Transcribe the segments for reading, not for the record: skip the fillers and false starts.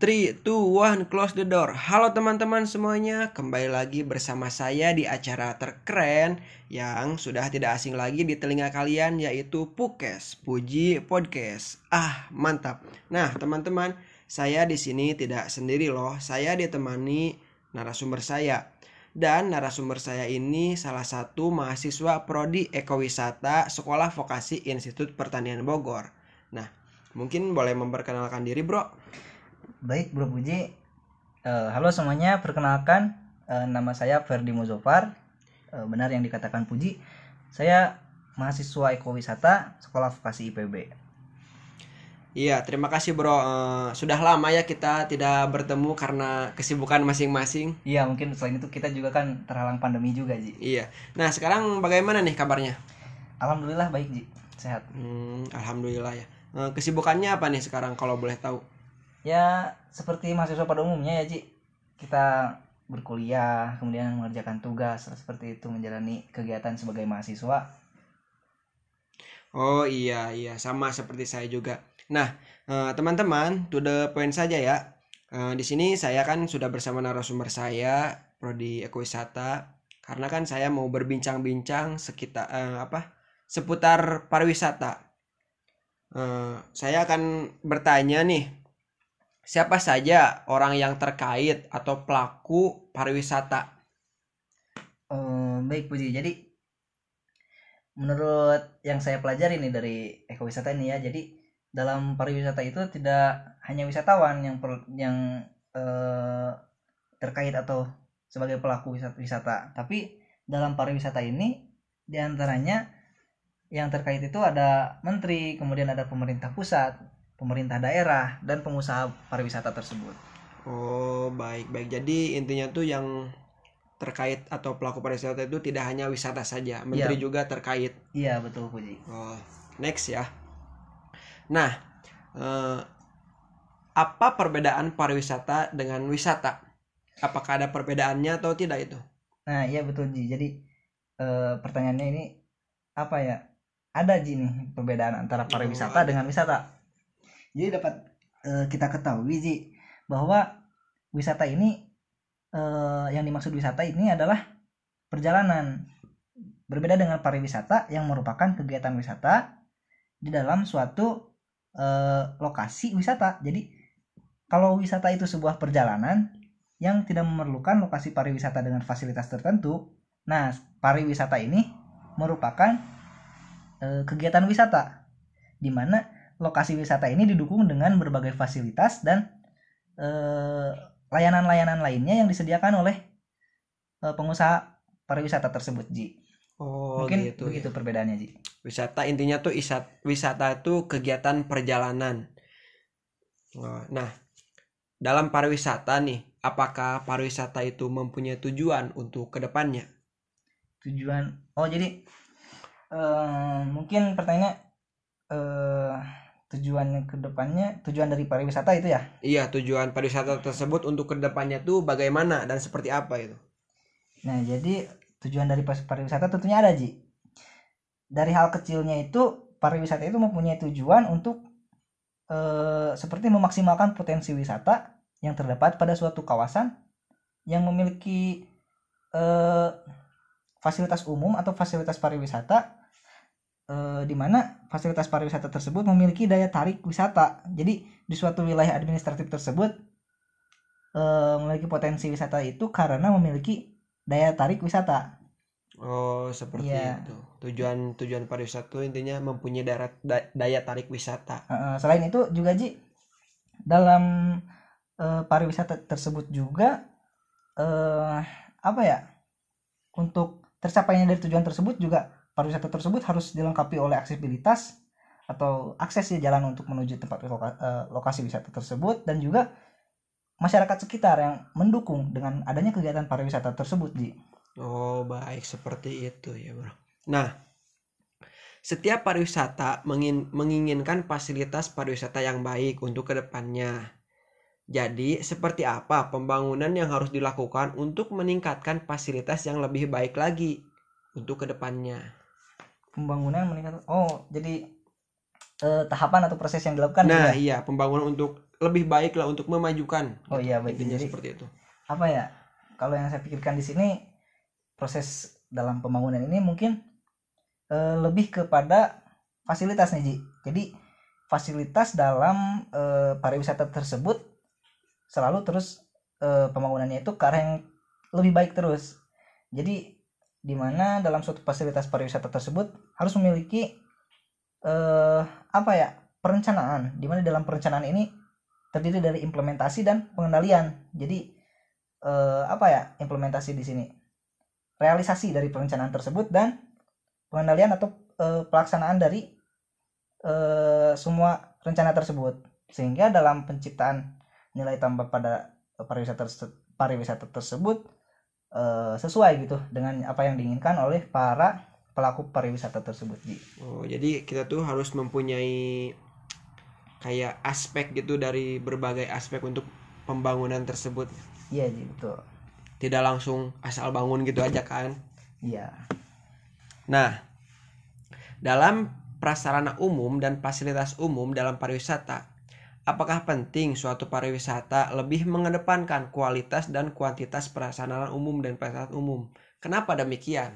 3, 2, 1, close the door. Halo teman-teman semuanya, kembali lagi bersama saya di acara terkeren yang sudah tidak asing lagi di telinga kalian, yaitu Pukes, Puji Podcast. Mantap. Nah, teman-teman, saya di sini tidak sendiri loh. Saya ditemani narasumber saya. Dan narasumber saya ini salah satu mahasiswa Prodi Ekowisata Sekolah Vokasi Institut Pertanian Bogor. Nah, mungkin boleh memperkenalkan diri, Bro. Baik Bro Puji, halo semuanya, perkenalkan nama saya Ferdi Muzofar. Benar yang dikatakan Puji, saya mahasiswa ekowisata Sekolah Vokasi IPB. Iya, terima kasih Bro. Sudah lama ya kita tidak bertemu karena kesibukan masing-masing. Iya, mungkin selain itu kita juga kan terhalang pandemi juga, Ji. Iya. Nah, sekarang bagaimana nih kabarnya? Alhamdulillah baik, Ji, sehat. Alhamdulillah ya. Kesibukannya apa nih sekarang kalau boleh tahu? Ya, seperti mahasiswa pada umumnya ya, Ji. Kita berkuliah, kemudian mengerjakan tugas, seperti itu, menjalani kegiatan sebagai mahasiswa. Oh iya, sama seperti saya juga. Nah, teman-teman, to the point saja ya. Di sini saya kan sudah bersama narasumber saya, Prodi Ekowisata, karena kan saya mau berbincang-bincang seputar pariwisata. Saya akan bertanya nih, siapa saja orang yang terkait atau pelaku pariwisata? Baik Puji, jadi menurut yang saya pelajari nih dari ekowisata ini ya, jadi dalam pariwisata itu tidak hanya wisatawan yang terkait atau sebagai pelaku wisata, tapi dalam pariwisata ini diantaranya yang terkait itu ada menteri, kemudian ada pemerintah pusat, pemerintah daerah, dan pengusaha pariwisata tersebut. Oh, baik. Jadi intinya tuh yang terkait atau pelaku pariwisata itu tidak hanya wisata saja, menteri juga terkait. Iya, betul Puji. Oh, next ya. Nah, apa perbedaan pariwisata dengan wisata? Apakah ada perbedaannya atau tidak itu? Nah, iya betul Ji. Jadi pertanyaannya ini apa ya? Ada Ji nih perbedaan antara pariwisata dengan wisata. Jadi dapat kita ketahui Ji bahwa wisata ini yang dimaksud wisata ini adalah perjalanan. Berbeda dengan pariwisata yang merupakan kegiatan wisata di dalam suatu lokasi wisata. Jadi kalau wisata itu sebuah perjalanan yang tidak memerlukan lokasi pariwisata dengan fasilitas tertentu, nah pariwisata ini merupakan kegiatan wisata di mana lokasi wisata ini didukung dengan berbagai fasilitas dan layanan-layanan lainnya yang disediakan oleh pengusaha pariwisata tersebut, Ji. Oh, mungkin gitu, begitu ya. Perbedaannya, Ji. Wisata intinya tuh wisata itu kegiatan perjalanan. Nah, dalam pariwisata nih, apakah pariwisata itu mempunyai tujuan untuk kedepannya? Tujuan, jadi mungkin pertanyaannya tujuan kedepannya, tujuan dari pariwisata itu ya? Iya, tujuan pariwisata tersebut untuk kedepannya tuh bagaimana dan seperti apa itu? Nah, jadi tujuan dari pariwisata tentunya ada, Ji. Dari hal kecilnya itu, pariwisata itu mempunyai tujuan untuk seperti memaksimalkan potensi wisata yang terdapat pada suatu kawasan yang memiliki fasilitas umum atau fasilitas pariwisata, di mana fasilitas pariwisata tersebut memiliki daya tarik wisata. Jadi di suatu wilayah administratif tersebut memiliki potensi wisata itu karena memiliki daya tarik wisata. Oh, seperti itu. Tujuan pariwisata itu intinya mempunyai daya tarik wisata. Selain itu juga, Ji, dalam pariwisata tersebut juga untuk tercapainya dari tujuan tersebut juga pariwisata tersebut harus dilengkapi oleh aksesibilitas atau akses jalan untuk menuju tempat lokasi wisata tersebut, dan juga masyarakat sekitar yang mendukung dengan adanya kegiatan pariwisata tersebut, Ji. Oh, baik, seperti itu ya, Bro. Nah, setiap pariwisata menginginkan fasilitas pariwisata yang baik untuk kedepannya. Jadi, seperti apa pembangunan yang harus dilakukan untuk meningkatkan fasilitas yang lebih baik lagi untuk kedepannya? Pembangunan meningkat. Jadi tahapan atau proses yang dilakukan. Nah, iya, pembangunan untuk lebih baik lah untuk memajukan. Oh gitu. iya, baik. Intinya Jadi seperti itu. apa ya? Kalau yang saya pikirkan di sini proses dalam pembangunan ini mungkin lebih kepada fasilitas nih Ji. Jadi fasilitas dalam pariwisata tersebut selalu terus pembangunannya itu ke arah yang lebih baik terus. Jadi di mana dalam suatu fasilitas pariwisata tersebut harus memiliki apa ya, perencanaan, di mana dalam perencanaan ini terdiri dari implementasi dan pengendalian. Jadi apa ya, implementasi di sini realisasi dari perencanaan tersebut dan pengendalian atau pelaksanaan dari semua rencana tersebut, sehingga dalam penciptaan nilai tambah pada pariwisata tersebut sesuai gitu dengan apa yang diinginkan oleh para pelaku pariwisata tersebut. Oh, jadi kita tuh harus mempunyai kayak aspek gitu dari berbagai aspek untuk pembangunan tersebut. Iya Ji, betul. Tidak langsung asal bangun gitu aja kan. Iya. Nah, dalam prasarana umum dan fasilitas umum dalam pariwisata, apakah penting suatu pariwisata lebih mengedepankan kualitas dan kuantitas prasarana umum dan fasilitas umum? Kenapa demikian?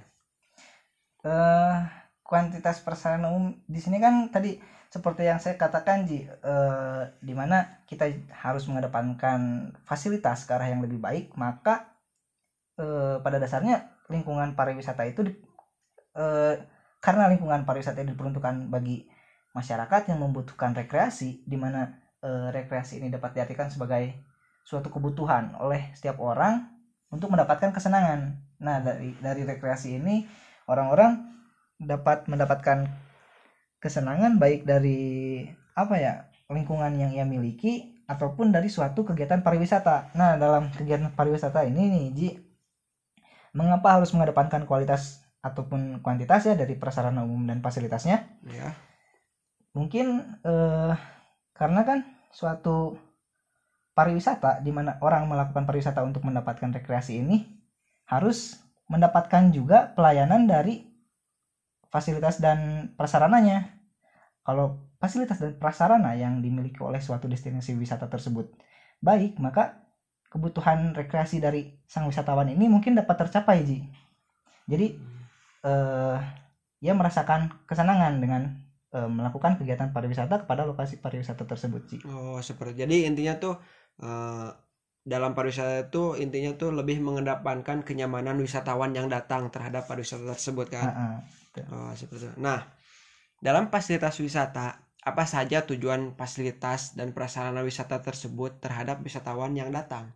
Kuantitas prasarana umum di sini kan tadi seperti yang saya katakan Ji, di mana kita harus mengedepankan fasilitas ke arah yang lebih baik, maka pada dasarnya lingkungan pariwisata itu karena lingkungan pariwisata itu diperuntukkan bagi masyarakat yang membutuhkan rekreasi, di mana rekreasi ini dapat diartikan sebagai suatu kebutuhan oleh setiap orang untuk mendapatkan kesenangan. Nah, dari rekreasi ini orang-orang dapat mendapatkan kesenangan baik dari apa ya, lingkungan yang ia miliki ataupun dari suatu kegiatan pariwisata. Nah, dalam kegiatan pariwisata ini nih Ji, mengapa harus mengedepankan kualitas ataupun kuantitas ya dari prasarana umum dan fasilitasnya? Ya. Mungkin karena kan suatu pariwisata di mana orang melakukan pariwisata untuk mendapatkan rekreasi ini harus mendapatkan juga pelayanan dari fasilitas dan prasarananya. Kalau fasilitas dan prasarana yang dimiliki oleh suatu destinasi wisata tersebut baik, maka kebutuhan rekreasi dari sang wisatawan ini mungkin dapat tercapai Ji. Jadi ia merasakan kesenangan dengan melakukan kegiatan pariwisata kepada lokasi pariwisata tersebut Ji. Oh, seperti. Jadi intinya tuh dalam pariwisata itu intinya tuh lebih mengedepankan kenyamanan wisatawan yang datang terhadap pariwisata tersebut kan. Oh, seperti itu. Nah, dalam fasilitas wisata, apa saja tujuan fasilitas dan prasarana wisata tersebut terhadap wisatawan yang datang?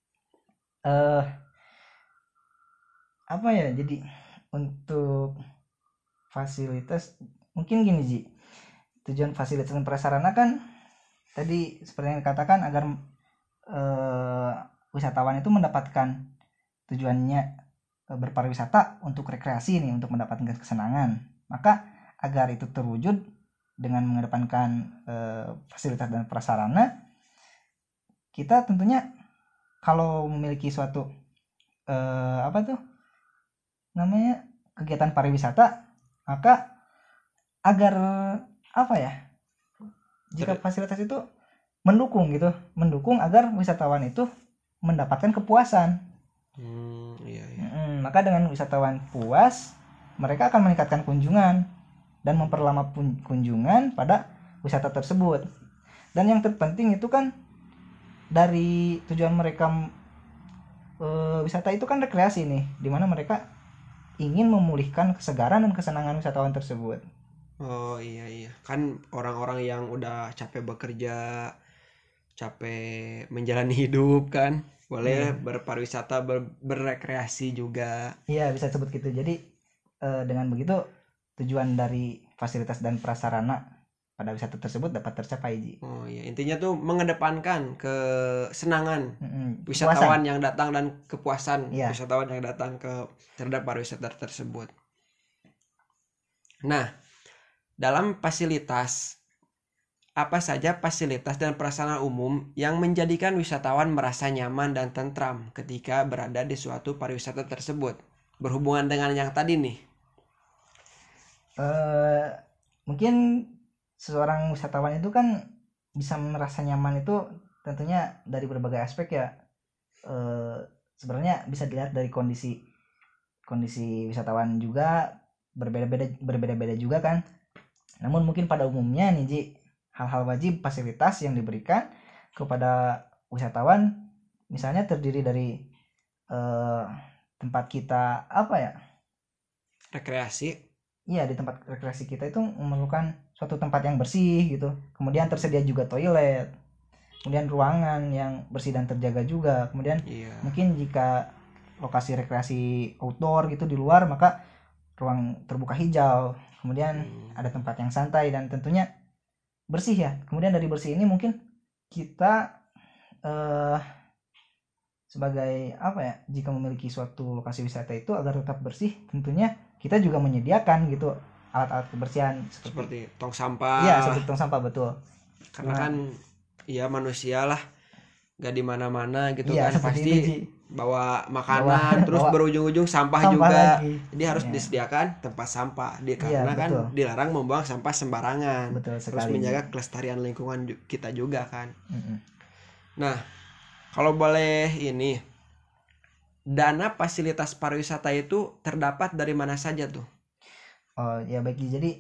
Apa ya, jadi untuk fasilitas mungkin gini Ji, tujuan fasilitas dan prasarana kan tadi seperti yang dikatakan agar wisatawan itu mendapatkan tujuannya berpariwisata untuk rekreasi nih, untuk mendapatkan kesenangan. Maka agar itu terwujud dengan mengedepankan fasilitas dan prasarana, kita tentunya kalau memiliki suatu apa tuh namanya kegiatan pariwisata, maka agar apa ya, jika fasilitas itu mendukung agar wisatawan itu mendapatkan kepuasan. Iya. Maka dengan wisatawan puas, mereka akan meningkatkan kunjungan dan memperlama kunjungan pada wisata tersebut. Dan yang terpenting itu kan dari tujuan mereka wisata itu kan rekreasi nih, dimana mereka ingin memulihkan kesegaran dan kesenangan wisatawan tersebut. Oh iya, kan orang-orang yang udah capek bekerja, capek menjalani hidup kan, boleh berpariwisata, berrekreasi juga. Iya, bisa sebut gitu. Jadi dengan begitu tujuan dari fasilitas dan prasarana pada wisata tersebut dapat tercapai Ji. Oh iya, intinya tuh mengedepankan kesenangan wisatawan yang datang dan kepuasan wisatawan yang datang ke terhadap pariwisata tersebut. Nah, dalam fasilitas, apa saja fasilitas dan prasarana umum yang menjadikan wisatawan merasa nyaman dan tentram ketika berada di suatu pariwisata tersebut? Berhubungan dengan yang tadi nih. Mungkin seorang wisatawan itu kan bisa merasa nyaman itu tentunya dari berbagai aspek ya, sebenarnya bisa dilihat dari kondisi wisatawan juga berbeda-beda juga kan. Namun mungkin pada umumnya nih Ji, hal-hal wajib fasilitas yang diberikan kepada wisatawan misalnya terdiri dari tempat kita apa ya, rekreasi. Iya, di tempat rekreasi kita itu memerlukan suatu tempat yang bersih gitu, kemudian tersedia juga toilet, kemudian ruangan yang bersih dan terjaga juga, kemudian mungkin jika lokasi rekreasi outdoor gitu di luar, maka ruang terbuka hijau, kemudian ada tempat yang santai dan tentunya bersih ya. Kemudian dari bersih ini mungkin kita sebagai apa ya, jika memiliki suatu lokasi wisata itu agar tetap bersih, tentunya kita juga menyediakan gitu alat-alat kebersihan seperti tong sampah. Iya, seperti tong sampah, betul. Karena kan ya manusia lah gak di mana-mana gitu iya, kan, pasti itu, bawa makanan terus berujung-ujung sampah juga lagi. Jadi harus disediakan tempat sampah karena kan dilarang membuang sampah sembarangan. Betul sekali. Terus menjaga kelestarian lingkungan kita juga kan. Nah, kalau boleh ini, dana fasilitas pariwisata itu terdapat dari mana saja tuh? Oh ya baik, jadi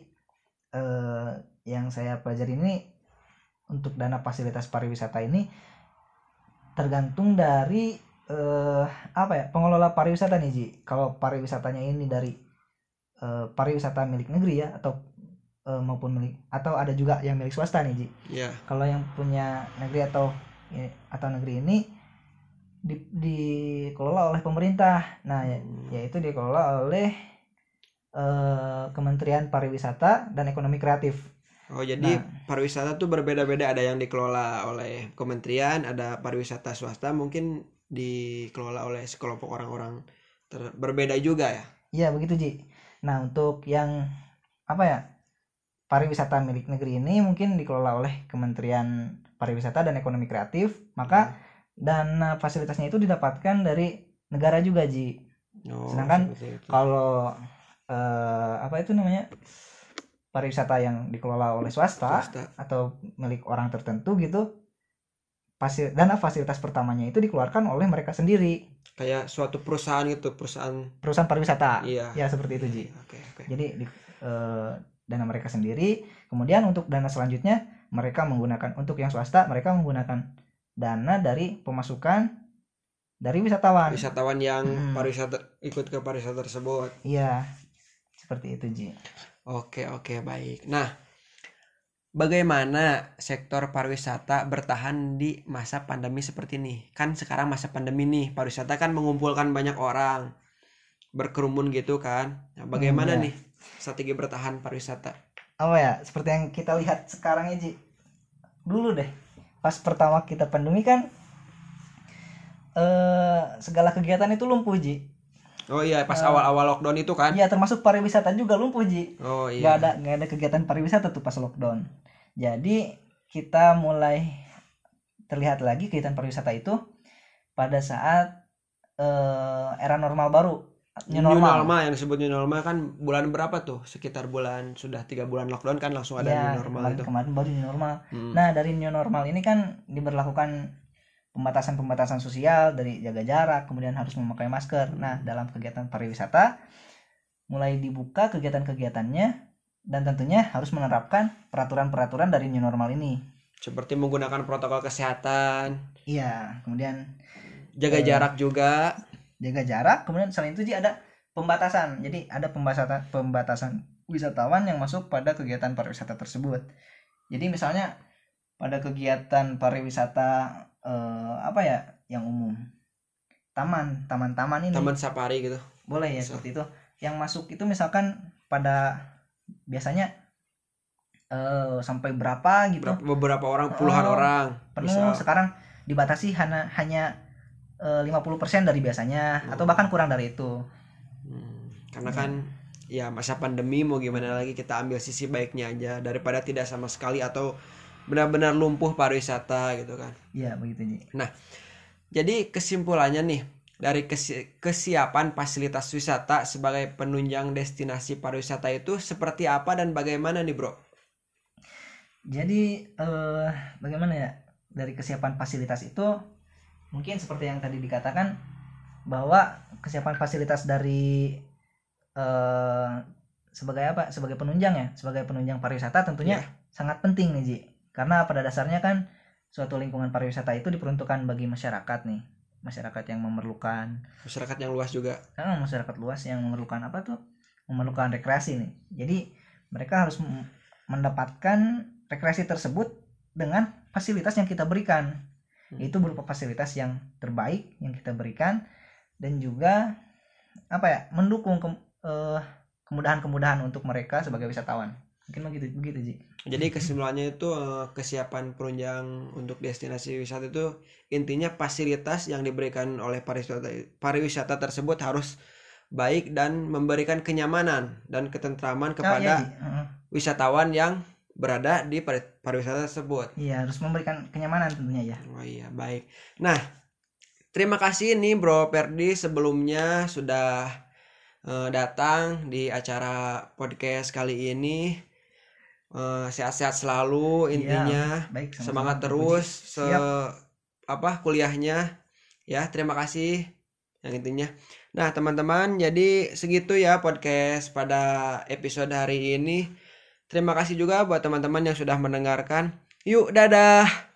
yang saya pelajari ini untuk dana fasilitas pariwisata ini tergantung dari apa ya, pengelola pariwisata nih Ji. Kalau pariwisatanya ini dari pariwisata milik negeri ya, atau maupun milik, atau ada juga yang milik swasta nih Ji. Kalau yang punya negeri atau negeri ini dikelola oleh pemerintah. Nah, yaitu dikelola oleh Kementerian Pariwisata dan Ekonomi Kreatif. Oh, jadi pariwisata tuh berbeda-beda, ada yang dikelola oleh kementerian, ada pariwisata swasta mungkin dikelola oleh sekelompok orang-orang berbeda juga ya. Iya, begitu Ji. Nah, untuk yang apa ya, pariwisata milik negeri ini mungkin dikelola oleh Kementerian Pariwisata dan Ekonomi Kreatif, maka dana fasilitasnya itu didapatkan dari negara juga Ji. Sedangkan kalau apa itu namanya, pariwisata yang dikelola oleh swasta atau milik orang tertentu gitu, dana fasilitas pertamanya itu dikeluarkan oleh mereka sendiri. Kayak suatu perusahaan gitu, perusahaan pariwisata. Iya. Ya seperti itu Ji. Okay. Jadi dana mereka sendiri. Kemudian untuk dana selanjutnya mereka menggunakan, untuk yang swasta mereka menggunakan dana dari pemasukan dari wisatawan yang pariwisata, ikut ke pariwisata tersebut. Iya, seperti itu Ji. Oke, baik. Nah, bagaimana sektor pariwisata bertahan di masa pandemi seperti ini? Kan sekarang masa pandemi nih, pariwisata kan mengumpulkan banyak orang, berkerumun gitu kan. Nah, bagaimana nih strategi bertahan pariwisata? Apa ya, seperti yang kita lihat sekarang ya Ji. Dulu deh, pas pertama kita pandemi kan segala kegiatan itu lumpuh Ji. Oh iya, pas awal-awal lockdown itu kan? Iya, termasuk pariwisata juga lumpuh Ji. Oh iya. Gak ada kegiatan pariwisata tuh pas lockdown. Jadi kita mulai terlihat lagi kegiatan pariwisata itu pada saat era normal baru. New normal yang disebut new normal kan bulan berapa tuh? Sekitar bulan, sudah 3 bulan lockdown kan langsung ada new normal itu. Kemarin baru new normal. Nah, dari new normal ini kan diberlakukan pembatasan sosial, dari jaga jarak, kemudian harus memakai masker. Nah, dalam kegiatan pariwisata mulai dibuka kegiatan-kegiatannya dan tentunya harus menerapkan peraturan-peraturan dari new normal ini. Seperti menggunakan protokol kesehatan. Iya, kemudian jaga jarak juga. Jaga jarak, kemudian selain itu ada pembatasan. Jadi ada pembatasan wisatawan yang masuk pada kegiatan pariwisata tersebut. Jadi misalnya pada kegiatan pariwisata apa ya yang umum, taman ini, taman safari gitu, boleh ya seperti itu. Yang masuk itu misalkan pada biasanya sampai berapa gitu, beberapa orang, puluhan orang penuh. Sekarang dibatasi hanya 50% dari biasanya, atau bahkan kurang dari itu. Karena kan ya masa pandemi, mau gimana lagi, kita ambil sisi baiknya aja daripada tidak sama sekali atau benar-benar lumpuh pariwisata gitu kan. Iya, begitu Ji. Nah, jadi kesimpulannya nih, dari kesiapan fasilitas wisata sebagai penunjang destinasi pariwisata itu seperti apa dan bagaimana nih Bro? Jadi bagaimana ya, dari kesiapan fasilitas itu mungkin seperti yang tadi dikatakan bahwa kesiapan fasilitas dari sebagai apa? Sebagai penunjang ya, sebagai penunjang pariwisata tentunya sangat penting nih Ji. Karena pada dasarnya kan suatu lingkungan pariwisata itu diperuntukkan bagi masyarakat nih, masyarakat yang memerlukan, masyarakat yang luas juga. Masyarakat luas yang memerlukan apa tuh? Memerlukan rekreasi nih. Jadi mereka harus mendapatkan rekreasi tersebut dengan fasilitas yang kita berikan. Itu berupa fasilitas yang terbaik yang kita berikan dan juga apa ya? Mendukung kemudahan-kemudahan untuk mereka sebagai wisatawan. Mungkin begitu Ji. Jadi kesimpulannya itu kesiapan penunjang untuk destinasi wisata itu intinya fasilitas yang diberikan oleh pariwisata tersebut harus baik dan memberikan kenyamanan dan ketentraman kepada wisatawan yang berada di pariwisata tersebut. Iya, harus memberikan kenyamanan tentunya ya. Oh iya, baik. Nah, terima kasih nih Bro Perdi sebelumnya sudah datang di acara podcast kali ini. Sehat-sehat selalu intinya. Iya, baik, semangat terus kuliahnya ya. Terima kasih yang intinya. Nah teman-teman, jadi segitu ya podcast pada episode hari ini. Terima kasih juga buat teman-teman yang sudah mendengarkan. Yuk, dadah.